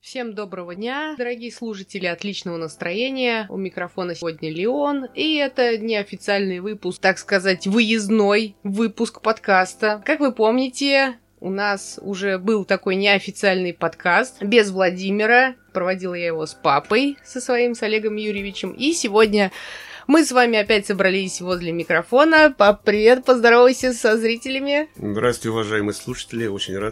Всем доброго дня, дорогие слушатели, отличного настроения. У микрофона сегодня Леон, и это неофициальный выпуск, так сказать, выездной выпуск подкаста. Как вы помните, у нас уже был такой неофициальный подкаст без Владимира. Проводила я его с папой, с Олегом Юрьевичем. И сегодня мы с вами опять собрались возле микрофона. Пап, привет, поздоровайся со зрителями. Здравствуйте, уважаемые слушатели, очень рад.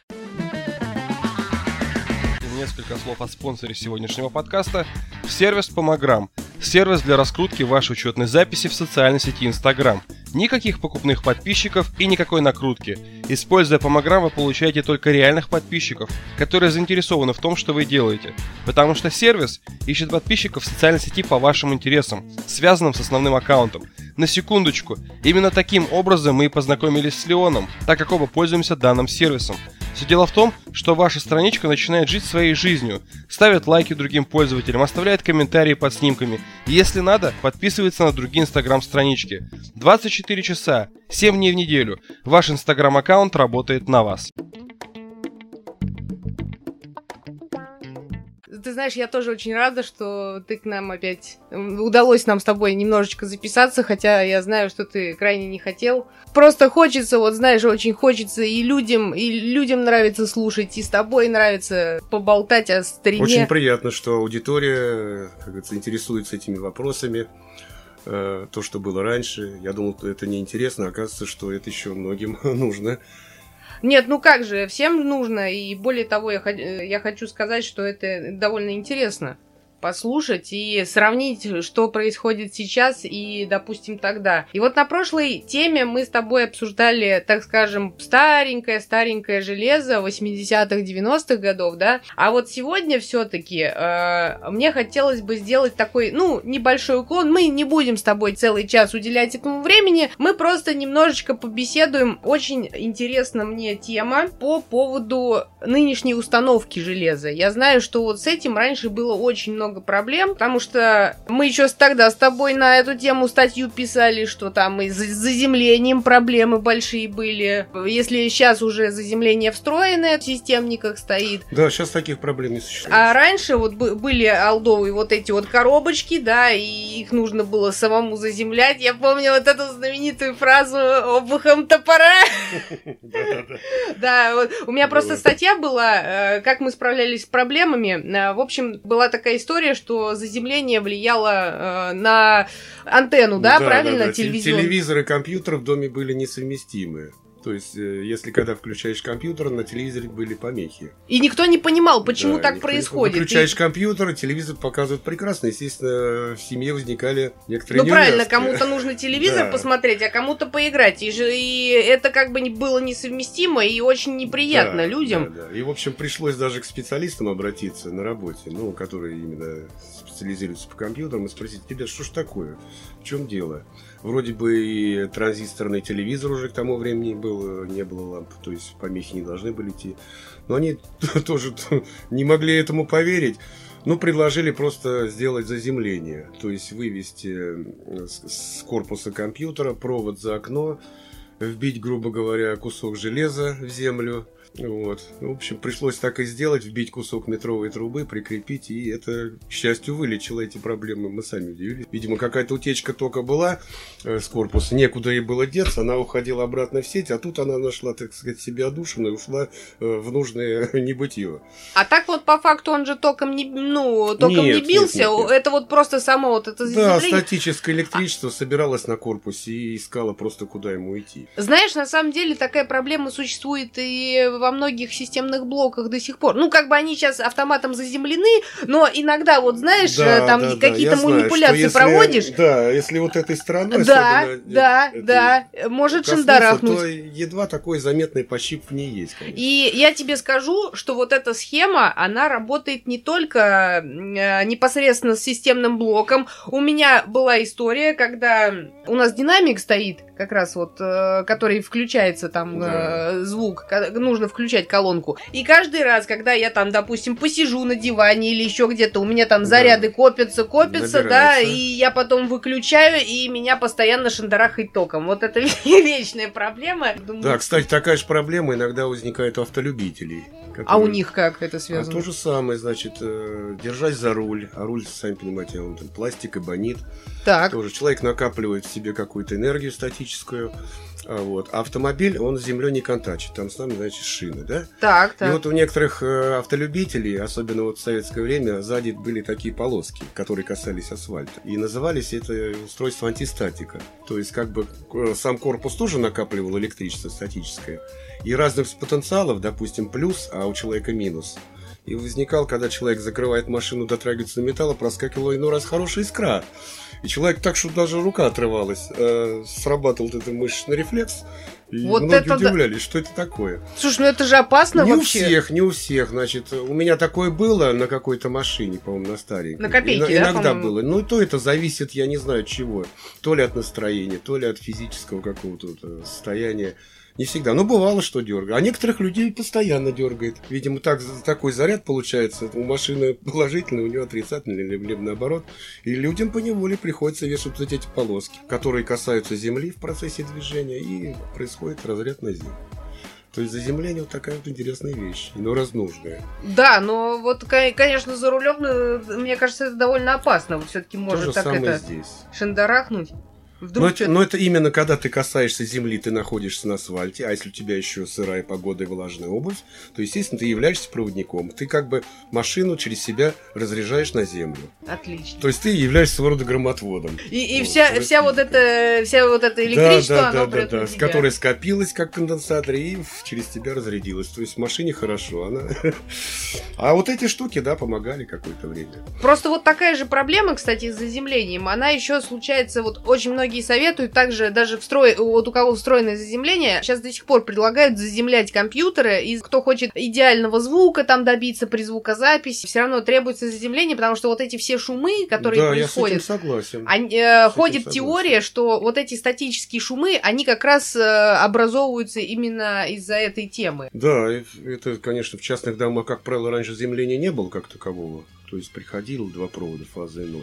Несколько слов о спонсоре сегодняшнего подкаста. Сервис Помограм. Сервис для раскрутки вашей учетной записи в социальной сети Instagram. Никаких покупных подписчиков и никакой накрутки. Используя Помограм, вы получаете только реальных подписчиков, которые заинтересованы в том, что вы делаете. Потому что сервис ищет подписчиков в социальной сети по вашим интересам, связанным с основным аккаунтом. На секундочку, именно таким образом мы и познакомились с Леоном, так как оба пользуемся данным сервисом. Все дело в том, что ваша страничка начинает жить своей жизнью, ставит лайки другим пользователям, оставляет комментарии под снимками, и если надо, подписывается на другие инстаграм-странички. 24 часа, 7 дней в неделю, ваш инстаграм-аккаунт работает на вас. Ты знаешь, я тоже очень рада, что ты к нам опять... Удалось нам с тобой немножечко записаться, хотя я знаю, что ты крайне не хотел. Просто хочется, вот знаешь, очень хочется, и людям нравится слушать, и с тобой нравится поболтать о старине. Очень приятно, что аудитория, как говорится, интересуется этими вопросами. То, что было раньше. Я думал, это неинтересно, оказывается, что это еще многим нужно. Нет, ну как же, всем нужно, и более того, я хочу сказать, что это довольно интересно послушать и сравнить, что происходит сейчас и, допустим, тогда. И вот на прошлой теме мы с тобой обсуждали, так скажем, старенькое железо 80-х, 90-х годов, да? А вот сегодня все-таки мне хотелось бы сделать такой, небольшой уклон. Мы не будем с тобой целый час уделять этому времени, мы просто немножечко побеседуем. Очень интересна мне тема по поводу нынешней установки железа. Я знаю, что вот с этим раньше было очень много проблем, потому что мы еще тогда с тобой на эту тему статью писали, что там и с заземлением проблемы большие были. Если сейчас уже заземление встроенное в системниках стоит. Да, сейчас таких проблем не существует. А раньше вот были олдовые вот эти вот коробочки, да, и их нужно было самому заземлять. Я помню вот эту знаменитую фразу «обухом топора». Да, вот у меня просто статья была, как мы справлялись с проблемами. В общем, была такая история, что заземление влияло на антенну, да, правильно? Да. Телевизор и компьютер в доме были несовместимы. То есть, если когда включаешь компьютер, на телевизоре были помехи. И никто не понимал, почему так происходит. Выключаешь компьютер, телевизор показывает прекрасно. Естественно, в семье возникали некоторые неувязки. Правильно, кому-то нужно телевизор посмотреть, а кому-то поиграть. И это как бы было несовместимо и очень неприятно людям. Да. И, в общем, пришлось даже к специалистам обратиться на работе, которые именно специализируются по компьютерам, и спросить: ребят, что ж такое? В чем дело? Вроде бы и транзисторный телевизор уже к тому времени не было ламп, то есть помехи не должны были идти. Но они тоже не могли этому поверить. Предложили просто сделать заземление, то есть вывести с корпуса компьютера провод за окно, вбить, грубо говоря, кусок железа в землю. В общем, пришлось так и сделать, вбить кусок метровой трубы, прикрепить, и это, к счастью, вылечило эти проблемы. Мы сами удивились. Видимо, какая-то утечка тока была с корпуса, некуда ей было деться, она уходила обратно в сеть, а тут она нашла, так сказать, себе одушину и ушла в нужное небытие. А так вот, по факту, он же током не бился, нет. Это вот просто само вот это заземление. Да, статическое электричество собиралось на корпусе и искало просто, куда ему идти. Знаешь, на самом деле такая проблема существует и во многих системных блоках до сих пор. Как бы они сейчас автоматом заземлены, но иногда, вот знаешь, какие-то манипуляции проводишь. Да, если вот этой стороной может шандарахнуть. То едва такой заметный пощип в ней есть, конечно. И я тебе скажу, что вот эта схема, она работает не только непосредственно с системным блоком. У меня была история, когда у нас динамик стоит, как раз вот, который включается там звук, нужно нужно включать колонку. И каждый раз, когда я там, допустим, посижу на диване или еще где-то, у меня там заряды копятся, да, и я потом выключаю, и меня постоянно шандарахает током. Вот это вечная проблема. Думаю, да, кстати, такая же проблема иногда возникает у автолюбителей. Которые... А у них как это связано? То же самое, значит, держась за руль, а руль, сами понимаете, он там пластик, эбонит. Так. Тоже человек накапливает в себе какую-то энергию статическую. Вот. А автомобиль, он с землей не контачит. Там с нами, значит, шины, да? Так. И вот у некоторых автолюбителей, особенно вот в советское время, сзади были такие полоски, которые касались асфальта. И назывались это устройство антистатика. То есть, как бы сам корпус тоже накапливал электричество статическое. И разных потенциалов, допустим, плюс, а у человека минус. И возникал, когда человек закрывает машину, дотрагивается до металла, проскакивала иной раз хорошая искра. И человек так, что даже рука отрывалась. Срабатывал вот этот мышечный рефлекс. И вот многие удивлялись, что это такое. Слушай, ну это же опасно вообще. Не у всех. Значит, у меня такое было на какой-то машине, по-моему, на старенькой. На копейке, иногда было. Ну, то это зависит, я не знаю от чего. То ли от настроения, то ли от физического какого-то состояния. Не всегда, но бывало, что дергает. А некоторых людей постоянно дергает. Видимо, такой заряд получается. У машины положительный, у него отрицательный, либо наоборот. И людям поневоле приходится вешать вот эти полоски, которые касаются земли в процессе движения, и происходит разряд на землю. То есть заземление вот такая вот интересная вещь, но разнужная. Да, но вот, конечно, за рулем, мне кажется, это довольно опасно. Вот все-таки может так это шандарахнуть. Но это именно когда ты касаешься земли, ты находишься на асфальте, а если у тебя еще сырая погода и влажная обувь, то, естественно, ты являешься проводником. Ты как бы машину через себя разряжаешь на землю. Отлично. То есть ты являешься своего рода громотводом. И вот, вся вот это электричество, оно прет на тебя. Которое скопилось как конденсатор и через тебя разрядилось. То есть в машине хорошо. А вот эти штуки, да, помогали какое-то время. Просто вот такая же проблема, кстати, с заземлением. Она еще случается, вот очень многие советуют, также даже вот у кого встроенное заземление, сейчас до сих пор предлагают заземлять компьютеры, и кто хочет идеального звука там добиться при звукозаписи, все равно требуется заземление, потому что вот эти все шумы, которые происходят, я с этим согласен. Ходит теория, что вот эти статические шумы, они как раз образовываются именно из-за этой темы. Да, это, конечно, в частных домах, как правило, раньше заземления не было как такового, то есть приходило 2 провода, фаза и 0.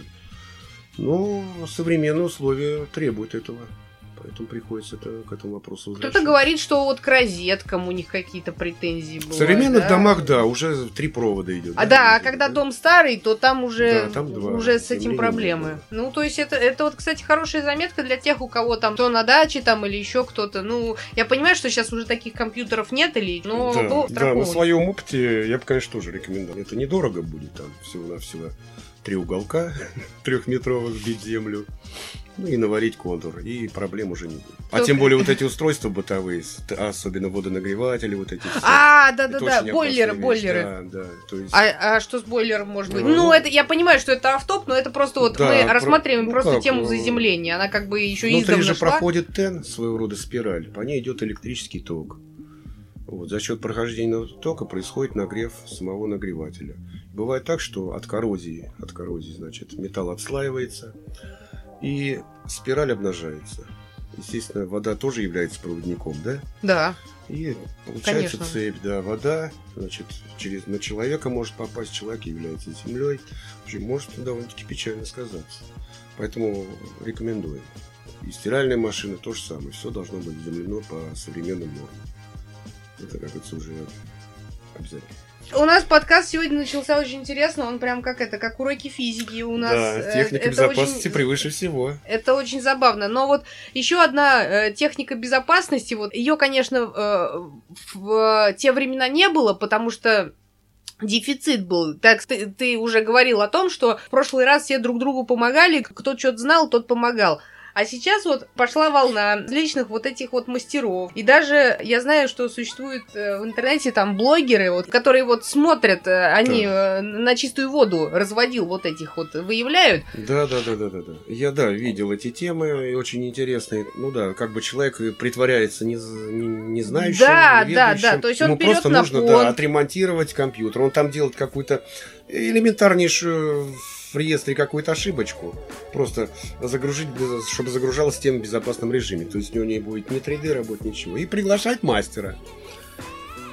Но современные условия требуют этого. Поэтому приходится к этому вопросу возвращаться. Кто-то говорит, что вот к розеткам у них какие-то претензии бывают. В современных домах, да, уже 3 провода идет. А когда дом старый, то там уже, там 2, уже с этим проблемы. Да. Ну, то есть это вот, кстати, хорошая заметка для тех, у кого там то на даче там или еще кто-то. Ну, я понимаю, что сейчас уже таких компьютеров нет, но да, на своем опыте я бы, конечно, тоже рекомендовал. Это недорого будет, там всего-навсего 3 уголка 3-метровых бить землю, ну и наварить контур, и проблем уже не будет. А тем более вот эти устройства бытовые, особенно водонагреватели, вот эти все. Да, бойлеры. Да, то есть... А что с бойлером может быть? Это я понимаю, что это автоп, но это просто вот мы рассматриваем просто тему заземления. Она как бы еще издавна внутри же проходит ТЭН, своего рода спираль, по ней идет электрический ток. Вот, за счет прохождения тока происходит нагрев самого нагревателя. Бывает так, что от коррозии, значит, металл отслаивается, и спираль обнажается. Естественно, вода тоже является проводником, да? Да. И получается цепь, да, вода, значит, на человека может попасть, человек является землей. В общем, может довольно-таки печально сказаться. Поэтому рекомендуем. И стиральная машина то же самое. Все должно быть заземлено по современным нормам. Это, как это уже обязательно. У нас подкаст сегодня начался очень интересно, он прям как уроки физики у нас. Да, техника безопасности превыше всего. Это очень забавно. Но вот еще одна техника безопасности, вот ее, конечно, в те времена не было, потому что дефицит был. Так, ты уже говорил о том, что в прошлый раз все друг другу помогали, кто что-то знал, тот помогал. А сейчас вот пошла волна различных вот этих вот мастеров. И даже я знаю, что существуют в интернете там блогеры, вот, которые вот смотрят, они на чистую воду разводил вот этих вот, выявляют. Да. Я, видел эти темы, и очень интересные. Ну да, как бы человек притворяется не знающим, неведающим. Да, то есть он ему берет просто нужно отремонтировать компьютер. Он там делает какую-то элементарнейшую в реестре какую-то ошибочку, просто загрузить, чтобы загружалась система в безопасном режиме. То есть у него не будет ни 3D работать, ничего. И приглашать мастера.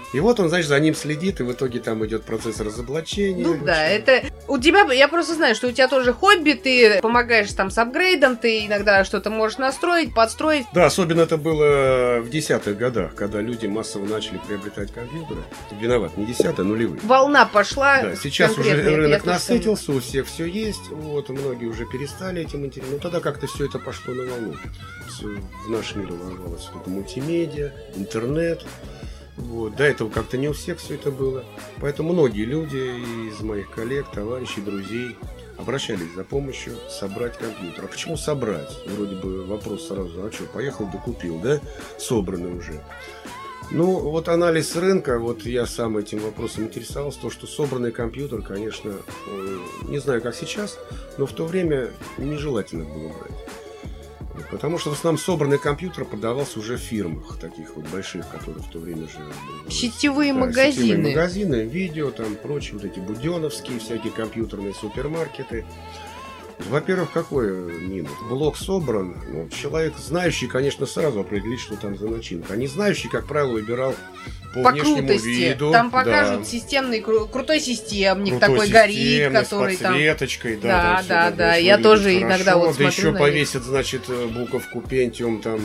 И вот он, значит, за ним следит, и в итоге там идет процесс разоблачения. Ну да, это... У тебя, я просто знаю, что у тебя тоже хобби, ты помогаешь там с апгрейдом, ты иногда что-то можешь настроить, подстроить. Да, особенно это было в 10-х годах, когда люди массово начали приобретать компьютеры. Виноват, не 10-е, а нулевые. Волна пошла. Да, сейчас уже рынок насытился, у всех все есть, вот, многие уже перестали этим интересоваться. Ну, тогда как-то все это пошло на волну. Все в наш мир ворвалось, это мультимедиа, интернет. Вот. До этого как-то не у всех все это было. Поэтому многие люди из моих коллег, товарищей, друзей обращались за помощью собрать компьютер. А почему собрать? Вроде бы вопрос сразу, а что, поехал, докупил, да? Собранный уже. Ну, вот анализ рынка, вот я сам этим вопросом интересовался, то, что собранный компьютер, конечно, не знаю, как сейчас, но в то время нежелательно было брать. Потому что в основном собранный компьютер продавался уже в фирмах, таких вот больших, которые в то время же... Сетевые магазины. Сетевые магазины, видео, там прочие, вот эти буденовские всякие компьютерные супермаркеты. Во-первых, какой минус? Блок собран, ну, человек, знающий, конечно, сразу определит, что там за начинка. А не знающий, как правило, выбирал по внешнему крутости. Виду. Там покажут да. Системный, крутой системник, Крутой такой горит, который с подсветочкой, там... да. Да. Я тоже хорошо. иногда вот да смотрю еще на повесят, значит, буковку Pentium там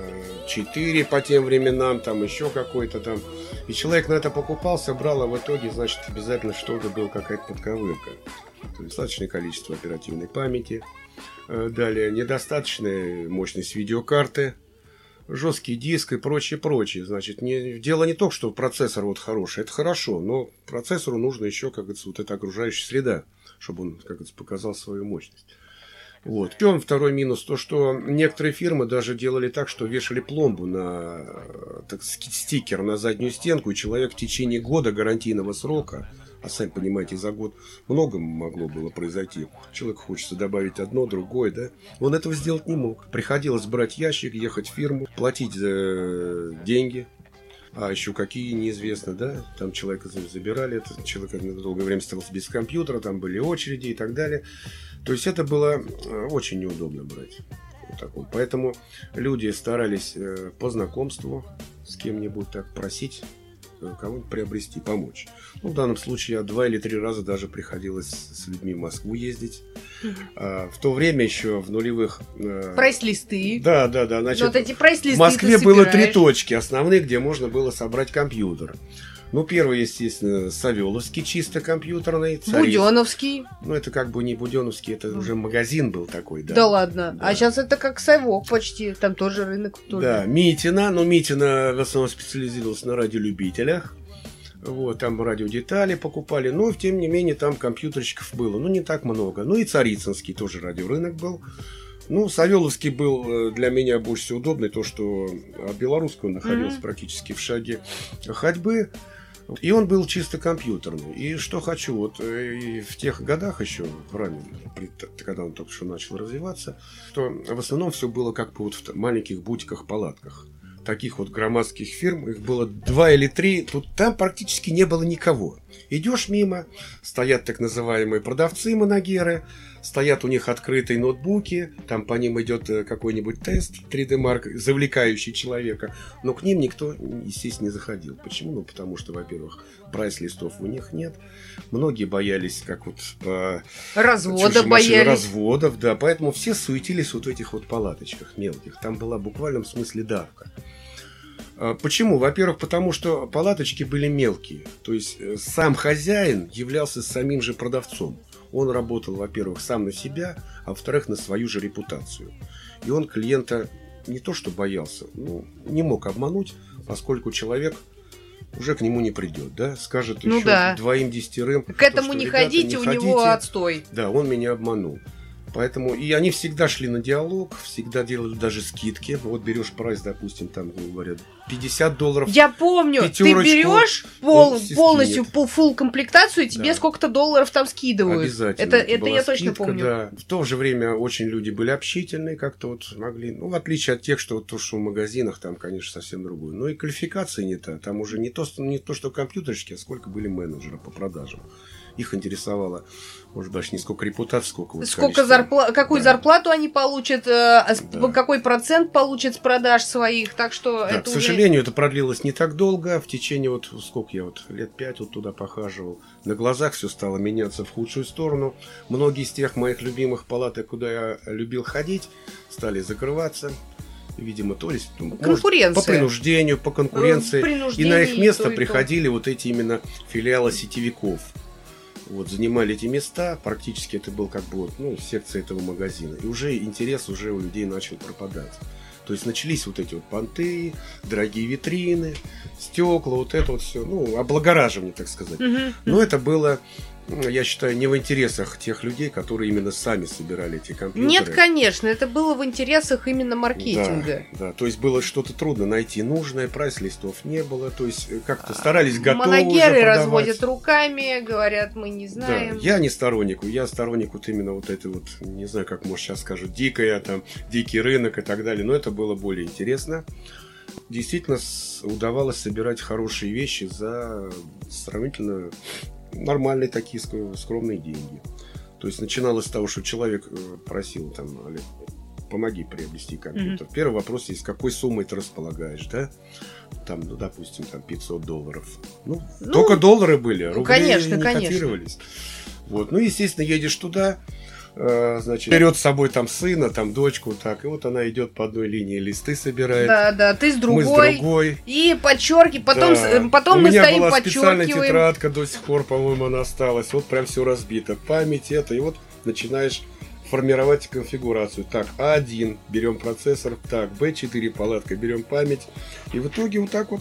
4 по тем временам, там еще какой-то там. И человек на это покупался, брал, а в итоге, значит, обязательно что-то был, какая-то подковырка. То есть достаточное количество оперативной памяти. Далее недостаточная мощность видеокарты, жесткий диск и прочее. Значит, дело не то, что процессор вот хороший, это хорошо, но процессору нужно еще, как говорится, вот эта окружающая среда, чтобы он, как говорится, показал свою мощность. Вот. В чем второй минус? То, что некоторые фирмы даже делали так, что вешали пломбу на стикер на заднюю стенку, и человек в течение года гарантийного срока, а сами понимаете, за год много могло было произойти. Человеку хочется добавить одно, другое, да? Он этого сделать не мог. Приходилось брать ящик, ехать в фирму, платить за деньги. А еще какие, неизвестно, да? Там человека забирали, этот человек на долгое время оставался без компьютера, там были очереди и так далее. То есть это было очень неудобно брать. Вот. Поэтому люди старались по знакомству с кем-нибудь так просить кого-нибудь приобрести, помочь. Ну, в данном случае я 2 или 3 раза даже приходилось с людьми в Москву ездить. В то время еще в нулевых... Прайс-листы. Да. Значит, вот эти прайс-листы в Москве было 3 точки основных, где можно было собрать компьютер. Ну, первый, естественно, Савеловский, чисто компьютерный. Буденовский. Ну, это как бы не Буденовский, это уже магазин был такой, да. Да ладно. Да. А сейчас это как Сайвок почти, там тоже рынок. Тоже. Да, Митина, но Митина в основном специализировалась на радиолюбителях. Вот, там радиодетали покупали, но, тем не менее, там компьютерщиков было, ну, не так много. Ну, и Царицынский тоже радиорынок был. Ну, Савеловский был для меня больше всего удобный, то, что от Белорусского находился практически в шаге ходьбы. И он был чисто компьютерный. И что хочу, вот в тех годах еще, ранее, когда он только что начал развиваться, то в основном все было как бы вот в маленьких бутиках-палатках. Таких вот громадских фирм, их было 2 или 3, там практически не было никого. Идешь мимо, стоят так называемые продавцы-манагеры, стоят у них открытые ноутбуки, там по ним идет какой-нибудь тест 3D-марк, завлекающий человека, но к ним никто, естественно, не заходил. Почему? Ну, потому что, во-первых, прайс-листов у них нет, многие боялись, как вот... разводов, да, поэтому все суетились вот в этих вот палаточках мелких, там была в буквальном смысле давка. Почему? Во-первых, потому что палаточки были мелкие. То есть сам хозяин являлся самим же продавцом. Он работал, во-первых, сам на себя, а во-вторых, на свою же репутацию. И он клиента не то что боялся, но не мог обмануть, поскольку человек уже к нему не придет, да? Скажет еще 2-10. К этому не ходите, у него отстой. Да, он меня обманул. Поэтому и они всегда шли на диалог, всегда делали даже скидки. Вот берешь прайс, допустим, там, говорят, $50. Я помню, пятерочку, ты берешь полностью фулл комплектацию, и тебе сколько-то долларов там скидывают. Обязательно. Это я точно скидка, помню. Да. В то же время очень люди были общительные, как-то вот могли, ну, в отличие от тех, что в магазинах, там, конечно, совсем другое. Но и квалификация не та. Там уже не то, что компьютерщики, а сколько были менеджеры по продажам. Их интересовало, может, даже не сколько репутации, сколько вот какую зарплату они получат, какой процент получат с продаж своих, так что да, это к сожалению, это продлилось не так долго, в течение вот, сколько я вот, лет 5 вот туда похаживал, на глазах все стало меняться в худшую сторону, многие из тех моих любимых палат, куда я любил ходить, стали закрываться. Видимо, то есть конкуренция. По принуждению, по конкуренции. И на их место приходили вот эти именно филиалы сетевиков. Вот, занимали эти места, практически это был как бы вот, ну, секция этого магазина. И уже интерес уже у людей начал пропадать. То есть начались вот эти вот понты, дорогие витрины, стекла, вот это вот все, ну, облагораживание, так сказать. Но это было, я считаю, не в интересах тех людей, которые именно сами собирали эти компьютеры. Нет, конечно, это было в интересах именно маркетинга. Да, то есть было что-то трудно найти нужное, прайс-листов не было, то есть как-то старались готовы уже Манагеры продавать. Разводят руками, говорят, мы не знаем. Да, я не сторонник, я сторонник вот именно вот этой вот, не знаю, как может сейчас скажут, дикий рынок и так далее, но это было более интересно. Действительно удавалось собирать хорошие вещи за сравнительно нормальные такие скромные деньги. То есть начиналось с того, что человек просил там, помоги приобрести компьютер. Первый вопрос есть, какой суммой ты располагаешь, да? Там, ну, допустим, там $500. Ну, только доллары были, рубли конечно, не котировались. Вот, ну, естественно, едешь туда, значит, берет с собой там сына, там дочку, так, и вот она идет по одной линии, листы собирает. Да, ты с другой. Мы с другой. И потом мы стоим, подчеркиваем. У меня была специальная тетрадка, до сих пор, по-моему, она осталась. Вот прям все разбито. Память это, и вот начинаешь формировать конфигурацию. Так, А1, берем процессор, так, Б4 палатка, берем память. И в итоге вот так вот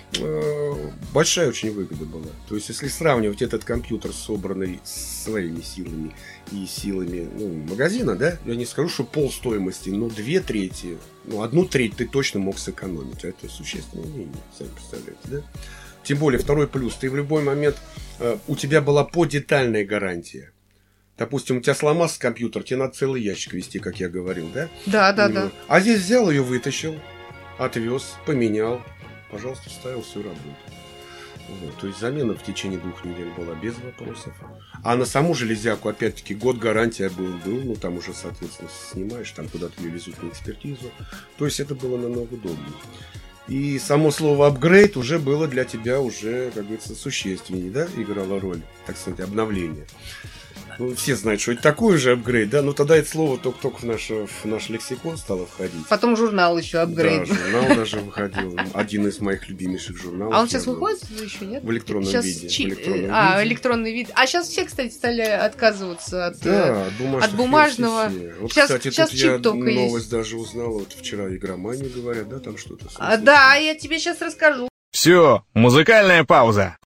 большая очень выгода была. То есть, если сравнивать этот компьютер, собранный своими силами и силами магазина, да, я не скажу, что полстоимости, но 2/3, 1/3 ты точно мог сэкономить. А это существенное деньги, сами представляете, да? Тем более, второй плюс, ты в любой момент, у тебя была подетальная гарантия. Допустим, у тебя сломался компьютер, тебе надо целый ящик везти, как я говорил, да? Да. А здесь взял ее, вытащил, отвез, поменял, пожалуйста, вставил, все работает. Вот, то есть замена в течение 2 недель была без вопросов. А на саму железяку, опять-таки, год гарантия был, ну там уже, соответственно, снимаешь, там куда-то ее везут на экспертизу. То есть это было намного удобнее. И само слово апгрейд уже было для тебя уже, как говорится, существеннее, да, играло роль, так сказать, обновление. Ну, все знают, что это такой же апгрейд, да, но тогда это слово только в наш лексикон стало входить. Потом журнал еще апгрейд. Да, журнал даже выходил, один из моих любимейших журналов. А он сейчас выходит еще, нет? В электронном виде. Электронный вид. А сейчас все, кстати, стали отказываться от бумажного. Вот, сейчас, кстати, сейчас тут я новость есть. даже узнал, вот вчера игроманию говорят, да, там что-то. Да, я тебе сейчас расскажу. Все, музыкальная пауза.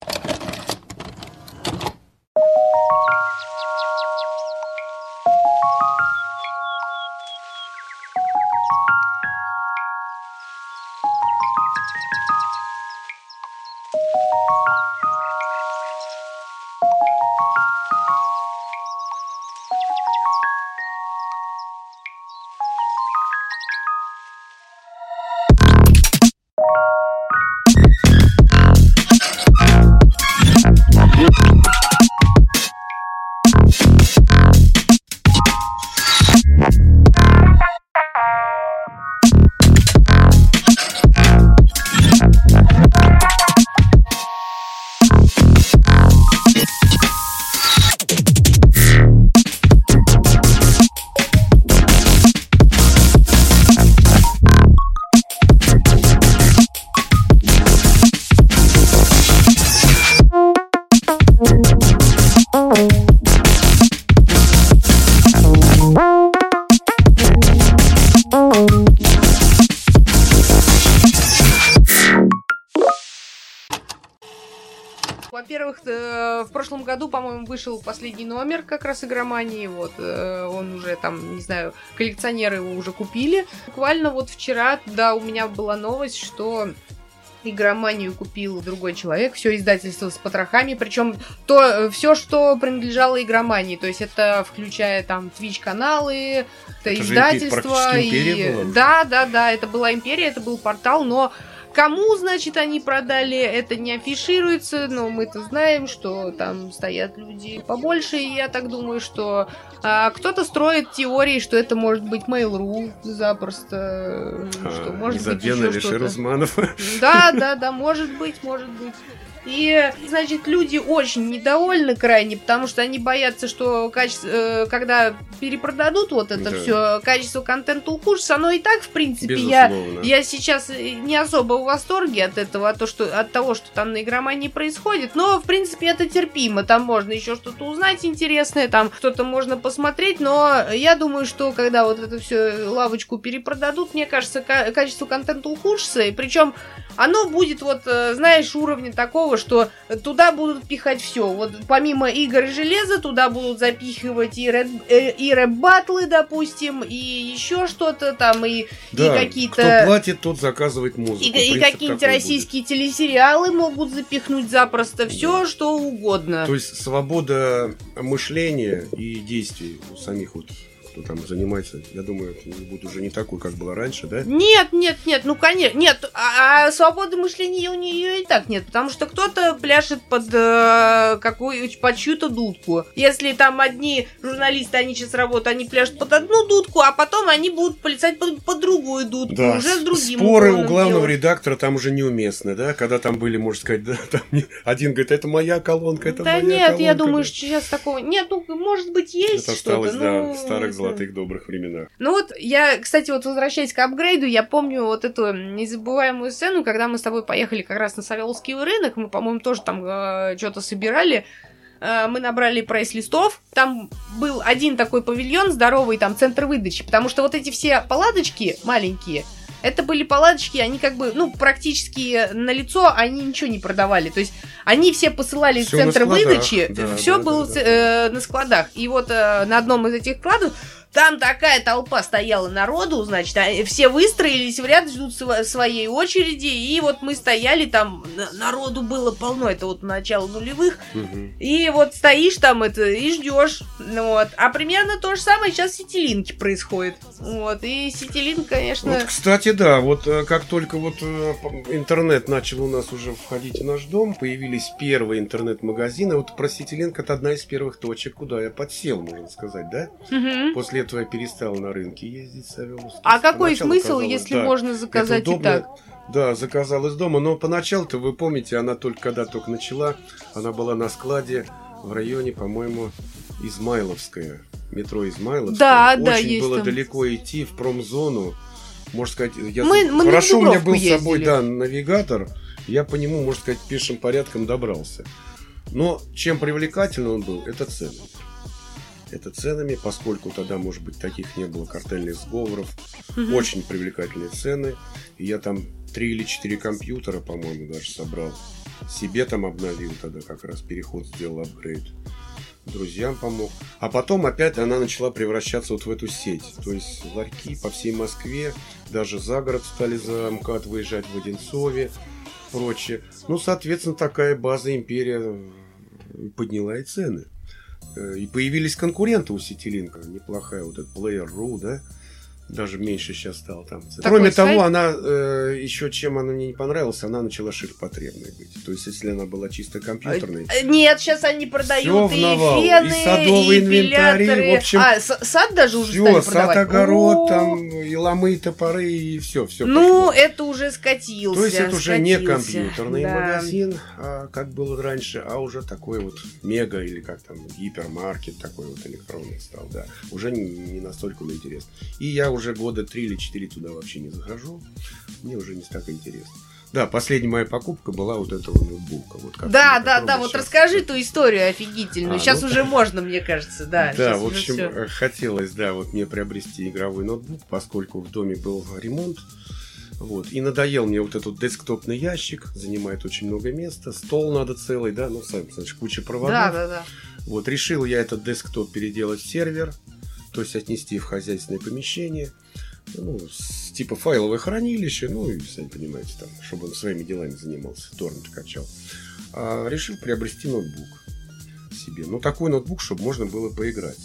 Во-первых, в прошлом году, по-моему, вышел последний номер как раз игромании. Вот, он уже там, не знаю, коллекционеры его уже купили. Буквально вот вчера, да, у меня была новость, что игроманию купил другой человек, все издательство с потрохами, причем все, что принадлежало игромании, то есть это включая там Twitch-каналы, это издательство. Империя была? Да, это была империя, это был портал, но Кому, значит, они продали, это не афишируется, но мы-то знаем, что там стоят люди побольше, и я так думаю, что кто-то строит теории, что это может быть Mail.ru запросто, что может быть еще что-то. Да, может быть. И, значит, люди очень недовольны крайне, потому что они боятся, что когда перепродадут вот это все, качество контента ухудшится. Оно и так, в принципе, я сейчас не особо в восторге от этого, от того, что там на игромании происходит, но, в принципе, это терпимо. Там можно еще что-то узнать интересное, там что-то можно посмотреть, но я думаю, что когда вот это все лавочку перепродадут, мне кажется, качество контента ухудшится, и причем оно будет, вот, знаешь, уровня такого, что туда будут пихать все. Вот помимо игр и железа, туда будут запихивать и рэп-баттлы, допустим, и еще что-то там, и какие-то... Кто платит, тот заказывает музыку. И какие-нибудь российские телесериалы могут запихнуть запросто. Все, что угодно. То есть свобода мышления и действий у самих вот... кто там занимается, я думаю, это будет уже не такой, как было раньше, да? Нет, ну конечно, нет, свободы мышления у нее и так нет, потому что кто-то пляшет под чью-то дудку. Если там одни журналисты, они сейчас работают, они пляшут под одну дудку, а потом они будут плясать под другую дудку, да, уже с другим споры у главного редактора там уже неуместны, да? Когда там были, можно сказать, да, там один говорит, это моя колонка, это моя колонка. Да нет, я думаю, что сейчас такого... Нет, ну, может быть, есть это что-то. Это осталось, да, в старых золотых добрых временах. Ну вот, я, кстати, вот возвращаясь к апгрейду, я помню вот эту незабываемую сцену, когда мы с тобой поехали как раз на Савеловский рынок, мы, по-моему, тоже там что-то собирали, мы набрали прайс-листов, там был один такой павильон здоровый, там, центр выдачи, потому что вот эти все палаточки маленькие, это были палаточки, они как бы, ну, практически на лицо, они ничего не продавали. То есть они все посылали в центр выдачи, все было на складах. И вот на одном из этих складов там такая толпа стояла народу, значит, все выстроились в ряд, ждут своей очереди, и вот мы стояли там, народу было полно, это вот начало нулевых, и вот стоишь там и ждешь, вот. А примерно то же самое сейчас в Ситилинке происходит, вот, и Ситилинк, конечно... Вот, кстати, да, вот как только вот интернет начал у нас уже входить в наш дом, появились первые интернет-магазины, вот про Ситилинк это одна из первых точек, куда я подсел, можно сказать, да? После этого я перестал на рынке ездить, Савеловский. А какой смысл, если можно заказать и так? Да, заказал из дома, но поначалу-то, вы помните, она когда только начала, она была на складе в районе, по-моему, Измайловская, метро Измайловская. Да, очень есть было там. Далеко идти, в промзону. Можно сказать, мы хорошо, у меня был ездили. с собой, да, навигатор, я по нему, можно сказать, пешим порядком добрался. Но чем привлекательный он был, это цены. Это ценами, поскольку тогда, может быть, таких не было картельных сговоров. Очень привлекательные цены. И я там 3 или 4 компьютера, по-моему, даже собрал. Себе там обновил тогда, как раз переход сделал, апгрейд. Друзьям помог. А потом опять она начала превращаться вот в эту сеть. То есть ларьки по всей Москве, даже за город стали за МКАД выезжать в Одинцове, прочее. Ну, соответственно, такая база, империя подняла и цены. И появились конкуренты у Ситилинка. Неплохая вот эта Player.ru, да? Даже меньше сейчас стало там. Кроме того, она еще чем она мне не понравилась, она начала ширпотребной быть. То есть, если она была чисто компьютерной. Нет, сейчас они продают и и фены, садовые инвентари, эпиляторы. В общем, сад даже уже все, стали продавать. Сад, огород, там, и ломы, и топоры, и все. Ну, пошло. Это уже скатился. То есть, это уже не компьютерный магазин, как было раньше, а уже такой вот мега, или как там, гипермаркет такой вот электронный стал, да. Уже не настолько интересно. И я уже года 3 или 4 туда вообще не захожу. Мне уже не так интересно. Да, последняя моя покупка была вот этого ноутбука. Вот да, вот расскажи ту историю офигительную. Сейчас уже можно, мне кажется, да. Да, в общем, хотелось, да, вот мне приобрести игровой ноутбук, поскольку в доме был ремонт. Вот. И надоел мне вот этот десктопный ящик, занимает очень много места, стол надо целый, да, ну, сами, значит, куча проводов. Да. Вот, решил я этот десктоп переделать в сервер, то есть отнести в хозяйственное помещение, ну, типа файловое хранилище, ну, и, сами понимаете, там, чтобы он своими делами занимался, торрент качал. А решил приобрести ноутбук себе. Ну, такой ноутбук, чтобы можно было поиграть.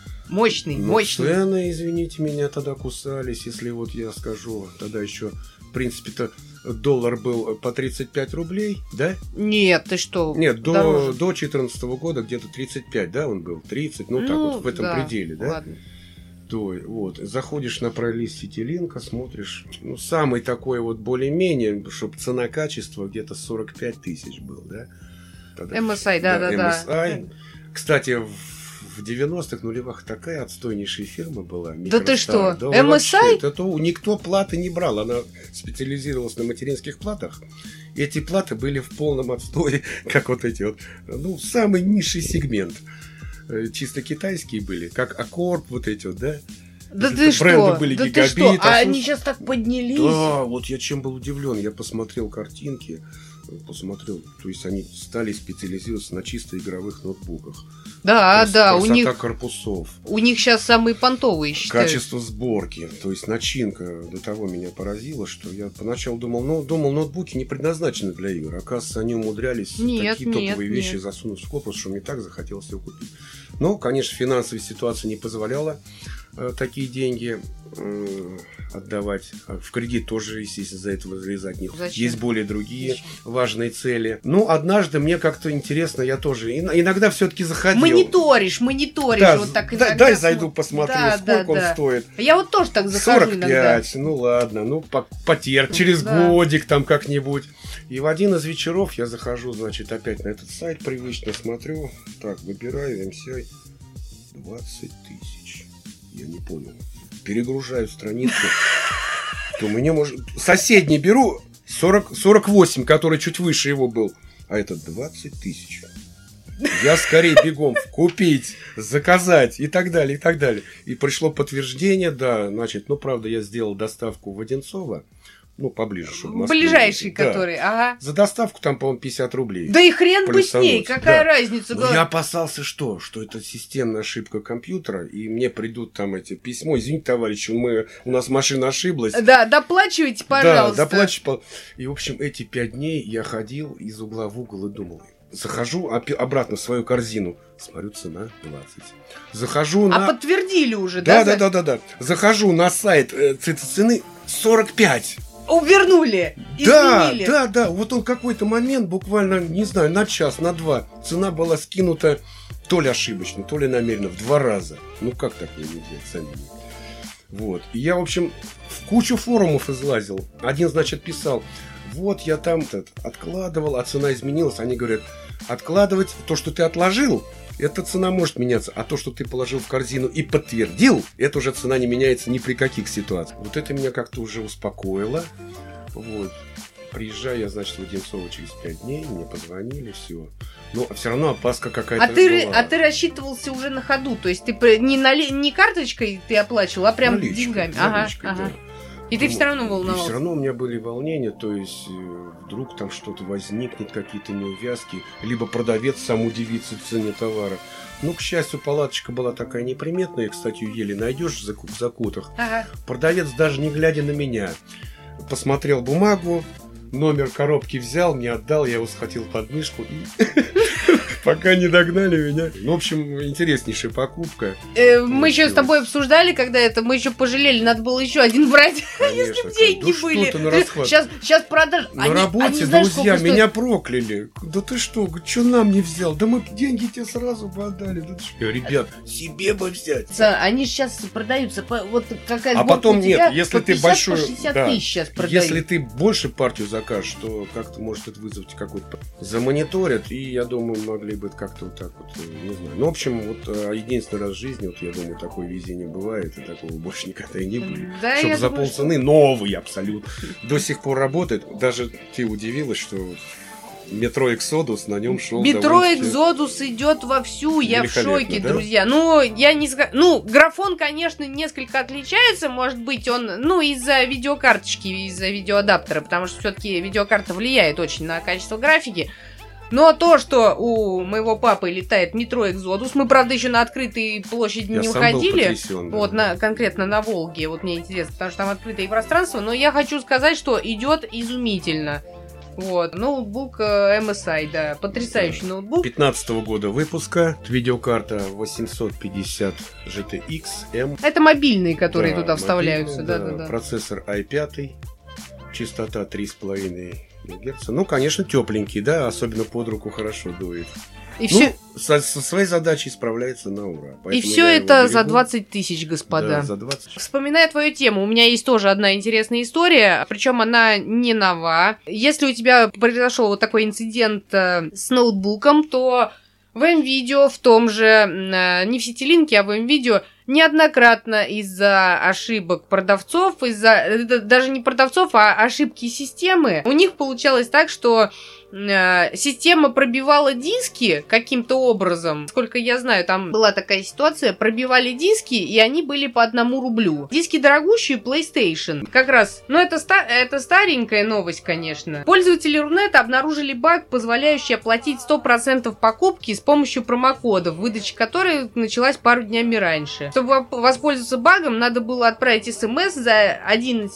Мощный. Цены, извините меня, тогда кусались, если вот я скажу, тогда еще принципе-то, доллар был по 35 рублей, да? Нет, ты что? Нет, дороже. до 2014 года где-то 35, да, он был? 30, ну так вот в этом пределе, да? Ладно. То, вот, заходишь на прайс-лист Ситилинка, смотришь, ну, самый такой вот более-менее, чтобы цена-качество где-то 45 тысяч был, да? Тогда, MSI, да. MSI. Кстати, в 90-х нулевых такая отстойнейшая фирма была. Да ты что, да, MSI? Вообще, никто платы не брал, она специализировалась на материнских платах. Эти платы были в полном отстое, как вот эти вот, ну, самый низший сегмент. Чисто китайские были, как Аккорд, вот эти вот, да? Да Это ты что? бренды были Да Гигабит, ты что? А Asus. они сейчас так поднялись? Да, вот я чем был удивлен. Я посмотрел картинки, то есть они стали специализироваться на чисто игровых ноутбуках. Да, Красота у них корпусов. У них сейчас самые понтовые, считаю. Качество сборки, то есть начинка до того меня поразила, что я поначалу думал, ноутбуки не предназначены для игр. Оказывается, они умудрялись такие топовые вещи засунуть в корпус, что мне так захотелось его купить. Но, конечно, финансовая ситуация не позволяла такие деньги отдавать. В кредит тоже, естественно, за этого залезать не хочется. Есть более другие важные цели. Ну, однажды мне как-то интересно, я тоже иногда все-таки заходил. Мониторишь, да, вот так иногда. Дай зайду, посмотрю, сколько он стоит. Я вот тоже так захожу 45, иногда. Ну ладно, потерпь, через годик там как-нибудь. И в один из вечеров я захожу, значит, опять на этот сайт привычно, смотрю. Так, выбираю MSI 20 тысяч. Я не понял. Перегружаю страницу. То мне может... Соседний беру 48, который чуть выше его был. А этот 20 тысяч. Я скорее бегом купить, заказать и так далее, и так далее. И пришло подтверждение, да, значит, правда, я сделал доставку в Одинцово. Поближе, чтобы Москве. Ближайший, да. который, ага. За доставку там, по-моему, 50 рублей. Да и хрен бы с ней, какая разница. Но я опасался, что это системная ошибка компьютера, и мне придут там эти письмо, извините, товарищи, у нас машина ошиблась. Да, доплачивайте, пожалуйста. Да, доплачивайте. И, в общем, эти 5 дней я ходил из угла в угол и думал, захожу обратно в свою корзину, смотрю, цена 20. Захожу на... подтвердили уже, да? Да. Захожу на сайт цены 45. Вернули, изменили. Да. Вот он какой-то момент, буквально, не знаю, на час, на два, цена была скинута то ли ошибочно, то ли намеренно, в 2 раза. Как так не взять, сами. Вот. И я, в общем, в кучу форумов излазил. Один, значит, писал, вот я там откладывал, а цена изменилась. Они говорят, откладывать то, что ты отложил, эта цена может меняться, а то, что ты положил в корзину и подтвердил, это уже цена не меняется ни при каких ситуациях. Вот это меня как-то уже успокоило. Вот. Приезжаю я, значит, в Одинцово через 5 дней, мне позвонили, все. Но все равно опаска какая-то была. А ты рассчитывался уже на ходу, то есть ты не карточкой ты оплачивал, а прям деньгами. Наличкой, да. И ты все равно волновался. И все равно у меня были волнения, то есть вдруг там что-то возникнет, какие-то неувязки, либо продавец сам удивится в цене товара. К счастью, палаточка была такая неприметная, кстати, ее еле найдешь в закутах. Ага. Продавец, даже не глядя на меня, посмотрел бумагу, номер коробки взял, мне отдал, я его схватил под мышку и... Пока не догнали меня. В общем, интереснейшая покупка. Мы еще с тобой обсуждали, когда мы еще пожалели, надо было еще один брать, если бы деньги были. Сейчас продаж. На работе, друзья, меня прокляли. Да ты что нам не взял? Да мы деньги тебе сразу бы отдали. Ребят, себе бы взять. Они сейчас продаются, вот какая а потом нет, если ты большую... 60 тысяч сейчас продают. Если ты больше партию закажешь, то как-то может это вызвать какой-то... Замониторят, и я думаю, могли бы как-то вот так вот, не знаю. В общем, единственный раз в жизни, я думаю, такое везение бывает, и такого больше никогда и не будет. Да, чтобы за полцены новый абсолютно. До сих пор работает. Даже ты удивилась, что Метро Эксодус, на нем шел. Метро Эксодус идет вовсю, я в шоке, да? Друзья. Я не скажу. Графон, конечно, несколько отличается, может быть, он, из-за видеокарточки, из-за видеоадаптера, потому что все-таки видеокарта влияет очень на качество графики. Но то, что у моего папы летает метро Эксодус, мы, правда, еще на открытой площади не уходили. Да. Конкретно на Волге. Вот мне интересно, потому что там открытое пространство. Но я хочу сказать, что идет изумительно. Ноутбук MSI, да, потрясающий ноутбук. 15-го года выпуска, видеокарта 850 GTX M. Это мобильные, которые туда вставляются. Да. Процессор i5. частота 3,5 ГГц. Ну, конечно, тепленький, да, особенно под руку хорошо дует. И Ну, все, со своей задачей справляется на ура. и Поэтому все я его это за берегу. 20 тысяч, господа. Да, за 20. Вспоминая твою тему, у меня есть тоже одна интересная история, причем она не нова. Если у тебя произошел вот такой инцидент с ноутбуком, то в М-видео, в том же, не в Ситилинке, а в М-видео, неоднократно из-за ошибок продавцов, даже не продавцов, а ошибки системы, у них получалось так, что система пробивала диски каким-то образом. Сколько я знаю, там была такая ситуация, пробивали диски, и они были по 1 рублю. Диски дорогущие PlayStation. Как раз, ну это старенькая новость, конечно. Пользователи Рунета обнаружили баг, позволяющий оплатить 100% покупки с помощью промокодов, выдача которой началась пару днями раньше. Чтобы воспользоваться багом, надо было отправить смс за 1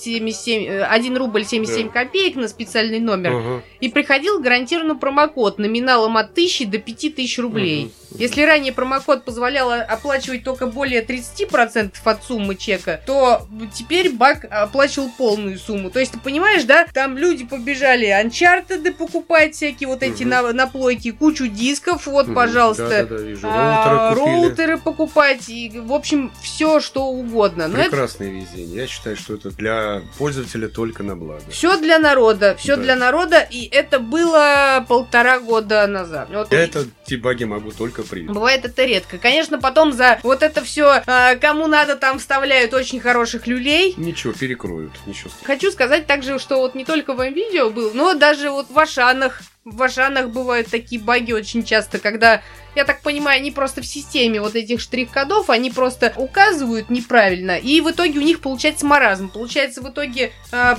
рубль 77 копеек на специальный номер. И приходил гарантированно промокод номиналом от 1000 до 5000 рублей. Если ранее промокод позволял оплачивать только более 30% от суммы чека, то теперь баг оплачивал полную сумму. То есть, ты понимаешь, да? Там люди побежали Uncharted покупать всякие вот эти наплойки, кучу дисков, вот, пожалуйста. Да-да-да, роутеры покупать, и, в общем, все что угодно. Прекрасное везение. Я считаю, что это для пользователя только на благо. Все для народа, Да. для народа, и это было 1,5 года назад. Вот. Я эти баги могу только привить. Бывает это редко. Конечно, потом за вот это все, кому надо, там вставляют очень хороших люлей. Ничего, перекроют. Ничего. Хочу сказать также, что вот не только в М-видео был, но даже вот в Ашанах. В Ашанах бывают такие баги очень часто, когда, я так понимаю, они просто в системе вот этих штрих-кодов, они просто указывают неправильно, и в итоге у них получается маразм. Получается в итоге,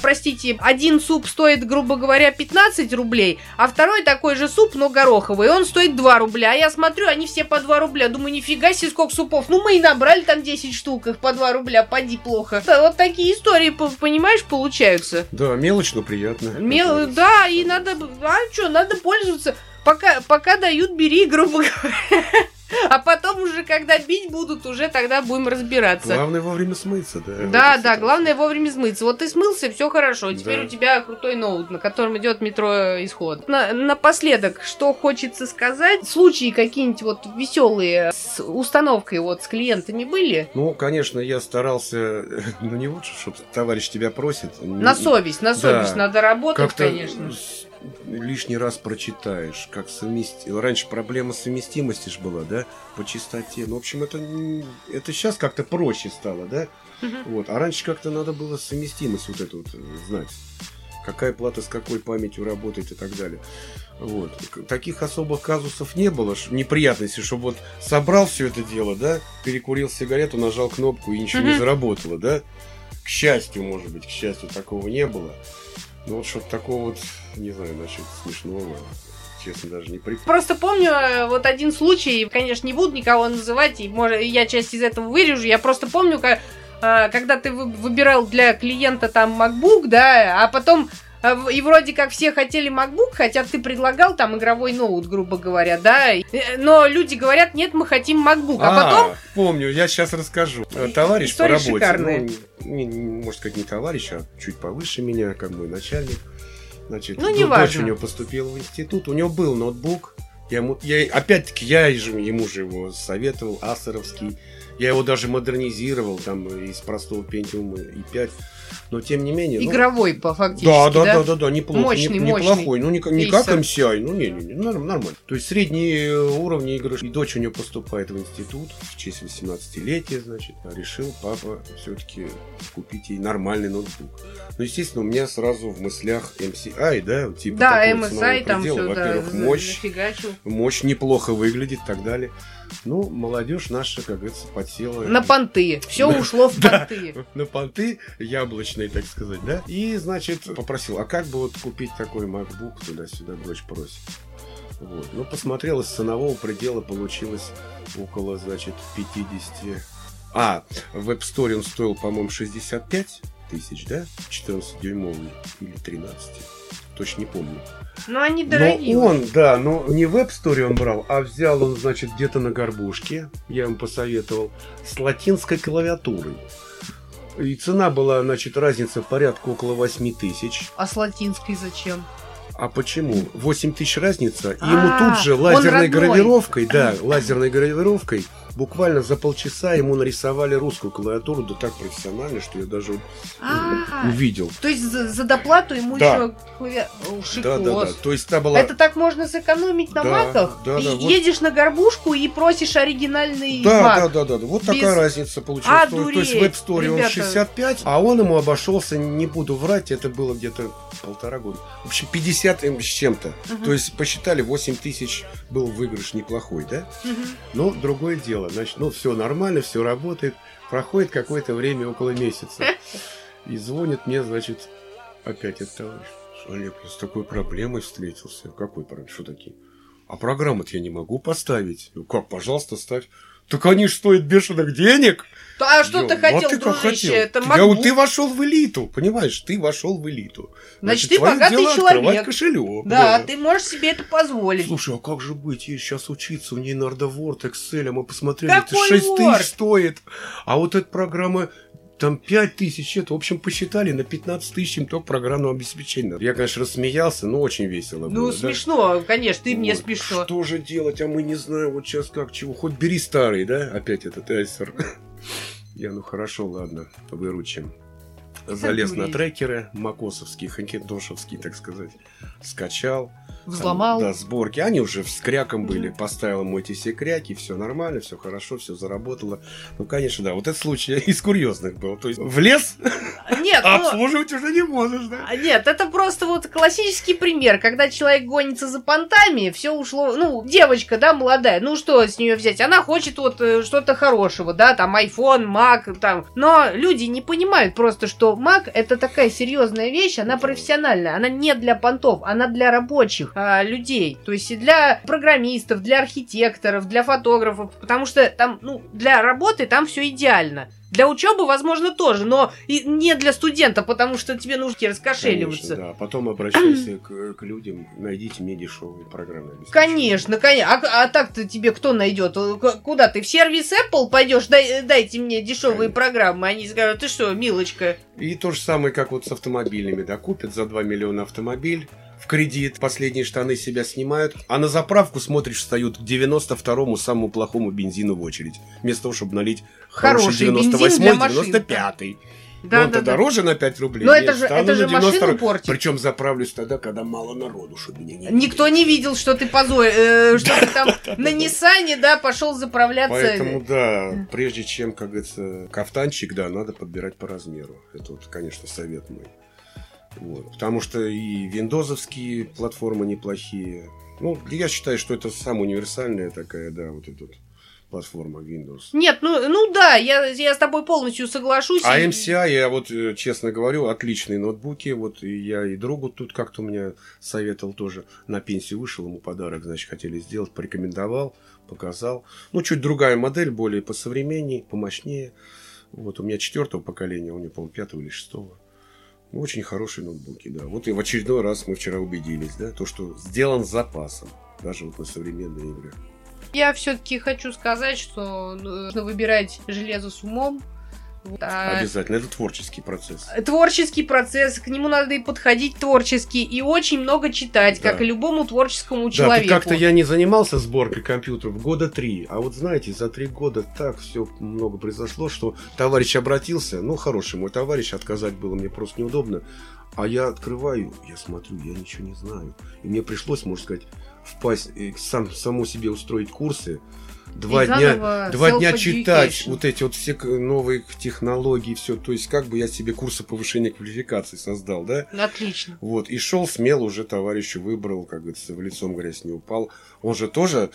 один суп стоит, грубо говоря, 15 рублей, а второй такой же суп, но гороховый, он стоит 2 рубля. А я смотрю, они все по 2 рубля. Думаю, нифига себе, сколько супов. Ну, мы и набрали там 10 штук, их по 2 рубля, поди плохо. Вот такие истории, понимаешь, получаются. Да, мелочь, но приятно. Да, и надо... Надо пользоваться. Пока дают, бери, грубо говоря. А потом уже, когда бить будут, уже тогда будем разбираться. Главное вовремя смыться, да. Да, главное вовремя смыться. Вот ты смылся, все хорошо. Теперь Да. у тебя крутой ноут, на котором идет метро Исход. Напоследок, что хочется сказать. Случаи какие-нибудь вот веселые с установкой вот с клиентами были? Ну, конечно, я старался, ну не лучше, чтобы товарищ тебя просит. На совесть надо работать, Как-то конечно. лишний раз прочитаешь, как совместить. Раньше проблема совместимости ж была, да, по частоте. Ну, в общем, это сейчас как-то проще стало, да. Вот. А раньше как-то надо было совместимость вот эту вот знать. Какая плата с какой памятью работает и так далее. Вот. Таких особых казусов не было, неприятностей, чтобы вот собрал все это дело, да, перекурил сигарету, нажал кнопку и ничего не заработало, да. К счастью, может быть, такого не было. Ну вот что-то такого вот, не знаю, насчет смешного, честно, даже не припомню. Просто помню вот один случай, конечно, не буду никого называть, и может, я часть из этого вырежу, я просто помню, когда ты выбирал для клиента там MacBook, да, а потом и вроде как все хотели MacBook, хотя ты предлагал там игровой ноут, грубо говоря, да, но люди говорят, нет, мы хотим MacBook, а потом... Помню, я сейчас расскажу. Товарищ по работе, шикарная. Можно сказать, не товарищ, а чуть повыше меня, как мой начальник. Значит, не дочь важно. у него поступила в институт, у него был ноутбук, опять-таки, я ему же его советовал, асеровский. Я его даже модернизировал, там, из простого Pentium i5. Но, тем не менее... Игровой, фактически, да, неплохо, мощный. неплохой. Ну, не как Acer. MCI, нормально. То есть, средние уровни игры. И дочь у нее поступает в институт в честь 18-летия, значит. Решил папа все-таки купить ей нормальный ноутбук. Ну, естественно, у меня сразу в мыслях MCI, да, типа да, такого MSI ценового там предела. все, Во-первых, мощь неплохо выглядит и так далее. Ну, молодежь наша, как говорится, подсела. На понты. Все ушло в понты. На понты яблочные, так сказать, да? И, значит, попросил, а как бы вот купить такой MacBook, туда-сюда дочь просит. Вот. Ну, посмотрел, из ценового предела получилось около, значит, 50. В App Store он стоил, по-моему, 65 тысяч, да? 14-дюймовый или 13. Точно не помню. Но они дорогие. Но не в App Store он брал, а взял он, значит, где-то на горбушке, я ему посоветовал, с латинской клавиатурой. И цена была, значит, разница порядка около 8 тысяч. А с латинской зачем? А почему? 8 тысяч разница. И ему тут же лазерной гравировкой, лазерной гравировкой, буквально за полчаса ему нарисовали русскую клавиатуру, да так профессионально, что я даже увидел. То есть за доплату ему еще клавиатуру. Да. То есть та была... Это так можно сэкономить на маках? Едешь на горбушку и просишь оригинальный мак. Да. Вот такая разница получилась. То есть в App Store он 65, а он ему обошелся, не буду врать, это было где-то 1,5 года. В общем, 50 с чем-то. То есть посчитали, 8 тысяч был выигрыш неплохой, да? Но другое дело. Значит, все нормально, все работает. Проходит какое-то время, около месяца. И звонит мне, значит, опять этот товарищ. Олег, я с такой проблемой встретился. Какой проблемой? Что такие? А программу-то я не могу поставить. Ну как, пожалуйста, ставь. Так они ж стоят бешеных денег. А что ты хотел, дружище? Это MacBook. Ты вошел в элиту, понимаешь? Ты вошел в элиту. Значит, ты богатый человек. Кошелек. Да, ты можешь себе это позволить. Слушай, а как же быть? Ей сейчас учиться в Leonardo Word, Excel, мы посмотрели, Какой это 6 Word? тысяч стоит. А вот эта программа... Там 5 тысяч, в общем, посчитали, на 15 тысяч им только программного обеспечения. Я, конечно, рассмеялся, но очень весело было. Ну, смешно, конечно, ты мне смешно. Что же делать, а мы не знаем, вот сейчас как, чего. Хоть бери старый, да, опять этот Acer. Я, хорошо, ладно, выручим. Залез на трекеры макосовские, хакинтошевские, так сказать. Скачал. Взломал. Да, сборки. Они уже с кряком были. Поставил ему эти все кряки, все нормально, все хорошо, все заработало. Ну, конечно, да. Вот этот случай из курьезных был. То есть влез, нет, обслуживать уже не можешь, да? Нет, это просто вот классический пример, когда человек гонится за понтами, все ушло, девочка, да, молодая, что с нее взять? Она хочет вот что-то хорошего, да, там iPhone, Mac, там. Но люди не понимают просто, что Mac это такая серьезная вещь, она профессиональная, она не для понтов, она для рабочих людей, то есть и для программистов, для архитекторов, для фотографов, потому что там, для работы там все идеально. Для учебы, возможно, тоже, но и не для студента, потому что тебе нужно раскошеливаться. Конечно, да. Потом обращайся к людям, найдите мне дешевые программные обеспечения. Конечно. А так-то тебе кто найдет? Куда ты? В сервис Apple пойдешь? Дайте мне дешевые программы. Они скажут, ты что, милочка? И то же самое, как вот с автомобилями, да, купят за 2 миллиона автомобиль, в кредит, последние штаны с себя снимают, а на заправку, смотришь, встают к 92-му самому плохому бензину в очередь. Вместо того, чтобы налить хороший 98-й, 95-й. Да, он-то дороже на 5 рублей. Но это же машину портит. Причем заправлюсь тогда, когда мало народу, чтобы меня не видели. Никто не видел, что ты что ты там на Ниссане, да, пошел заправляться. Поэтому, да, прежде чем, как говорится, кафтанчик, да, надо подбирать по размеру. Это вот, конечно, совет мой. Вот. Потому что и виндозовские платформы неплохие. Я считаю, что это самая универсальная такая, да, вот эта платформа Windows. Нет, да, я с тобой полностью соглашусь. А MCI, я вот честно говорю, отличные ноутбуки. Вот и я и другу тут как-то у меня советовал тоже. На пенсию вышел, ему подарок, значит, хотели сделать, порекомендовал, показал. Чуть другая модель, более посовременнее, помощнее. Вот у меня 4-го поколения, у него, по-моему, 5-го или 6-го. Очень хорошие ноутбуки, да. Вот и в очередной раз мы вчера убедились, да, то, что сделан с запасом, даже вот на современные игры. Я все-таки хочу сказать, что нужно выбирать железо с умом. Обязательно, это творческий процесс. Творческий процесс, к нему надо и подходить творчески, и очень много читать, да. Как и любому творческому человеку. Как-то я не занимался сборкой компьютеров года 3, а вот знаете, за 3 года так все много произошло, что товарищ обратился, хороший мой товарищ, отказать было мне просто неудобно, а я открываю, я смотрю, я ничего не знаю, и мне пришлось, можно сказать, впасть, самому себе устроить курсы, 2 дня читать вот эти вот все новые технологии, все. То есть, как бы я себе курсы повышения квалификации создал, да? Отлично. Вот, и шел смело уже товарищу выбрал, как говорится, в лицом грязь не упал. Он же тоже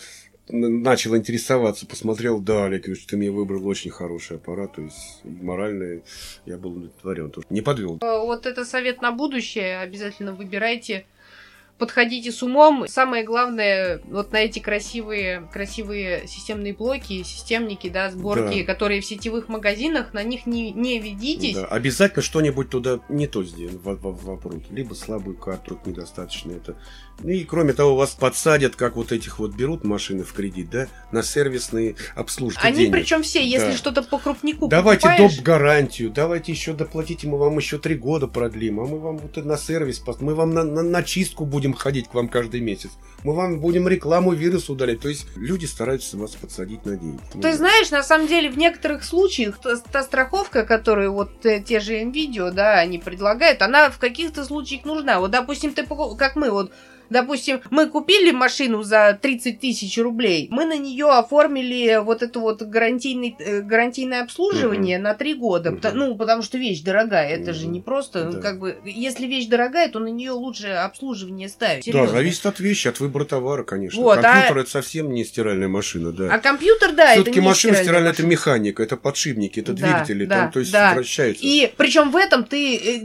начал интересоваться, посмотрел, да, Олег Ильич, ты мне выбрал очень хороший аппарат, то есть морально я был удовлетворен, не подвел. Вот это совет на будущее, обязательно выбирайте подходите с умом. Самое главное, вот на эти красивые системные блоки, системники, да, сборки, Да. которые в сетевых магазинах, на них не ведитесь. Да, обязательно что-нибудь туда не то сделают, вопрут. Либо слабую карту, недостаточно это. Ну и кроме того, вас подсадят, как вот этих вот берут машины в кредит, да, на сервисные обслуживания. Они причем все, если Да. что-то по крупнику Давайте покупаешь, доп. Гарантию, давайте еще доплатите, мы вам еще 3 года продлим, а мы вам вот на сервис, мы вам на чистку будем ходить к вам каждый месяц, мы вам будем рекламу, вирус удалять. То есть люди стараются вас подсадить на деньги. Ты знаешь, на самом деле, в некоторых случаях та страховка, которую вот те же МВидео, да, они предлагают, она в каких-то случаях нужна. Вот, допустим, как мы, вот, допустим, мы купили машину за 30 тысяч рублей, мы на нее оформили вот это вот гарантийное обслуживание на 3 года. Потому что вещь дорогая, это же не просто, Да. как бы, если вещь дорогая, то на нее лучше обслуживание ставить. Да, Серьезно. зависит от вещи, от выбора товара, конечно. Вот, Компьютер это совсем не стиральная машина, да. А компьютер, да, это Все-таки не машина стиральная, это машина. механика, это подшипники, это Да, двигатели, да, там, то есть да. вращается. И причем в этом ты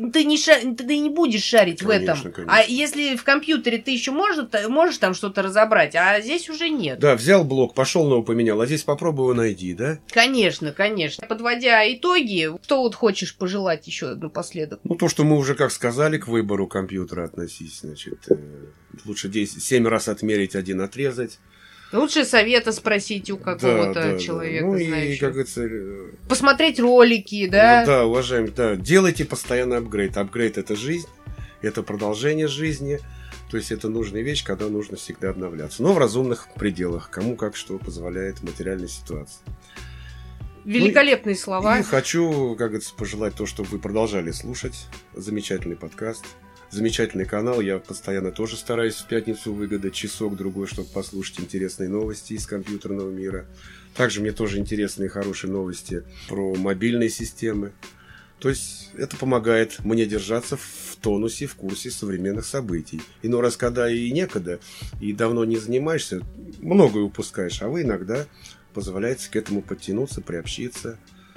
не будешь шарить в этом. Конечно, конечно. А если в компьютере ты еще можешь там что-то разобрать, а здесь уже нет. Да, взял блок, пошел новый поменял, а здесь попробуй его найди, да? Конечно, конечно. Подводя итоги, что вот хочешь пожелать еще напоследок? Ну, то, что мы уже, как сказали, к выбору компьютера относись, значит, лучше 7 раз отмерить, 1 отрезать. Лучше совета спросить у какого-то Да. человека, Ну, и, знающего. как говорится, Посмотреть ролики, да? ну, да, уважаемые, да, делайте постоянно апгрейд. Апгрейд – это жизнь, это продолжение жизни. То есть это нужная вещь, когда нужно всегда обновляться. Но в разумных пределах, кому как что позволяет материальная ситуация. Великолепные слова. И хочу, как говорится, пожелать то, чтобы вы продолжали слушать замечательный подкаст, замечательный канал. Я постоянно тоже стараюсь в пятницу выгадать часок-другой, чтобы послушать интересные новости из компьютерного мира. Также мне тоже интересные и хорошие новости про мобильные системы. То есть это помогает мне держаться в тонусе, в курсе современных событий. Иной раз, когда и некогда, и давно не занимаешься, многое упускаешь, а вы иногда позволяете к этому подтянуться, приобщиться.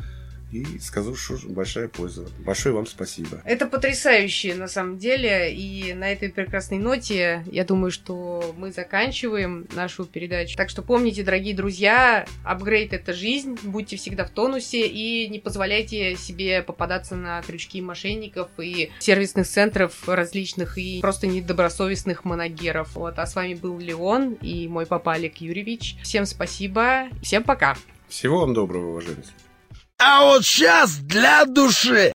И скажу, что большая польза. Большое вам спасибо. Это потрясающе, на самом деле. И на этой прекрасной ноте, я думаю, что мы заканчиваем нашу передачу. Так что помните, дорогие друзья, апгрейд — это жизнь. Будьте всегда в тонусе и не позволяйте себе попадаться на крючки мошенников и сервисных центров различных и просто недобросовестных моногеров. Вот. А с вами был Леон и мой папа Олег Юрьевич. Всем спасибо. Всем пока. Всего вам доброго, уважаемые. А вот сейчас для души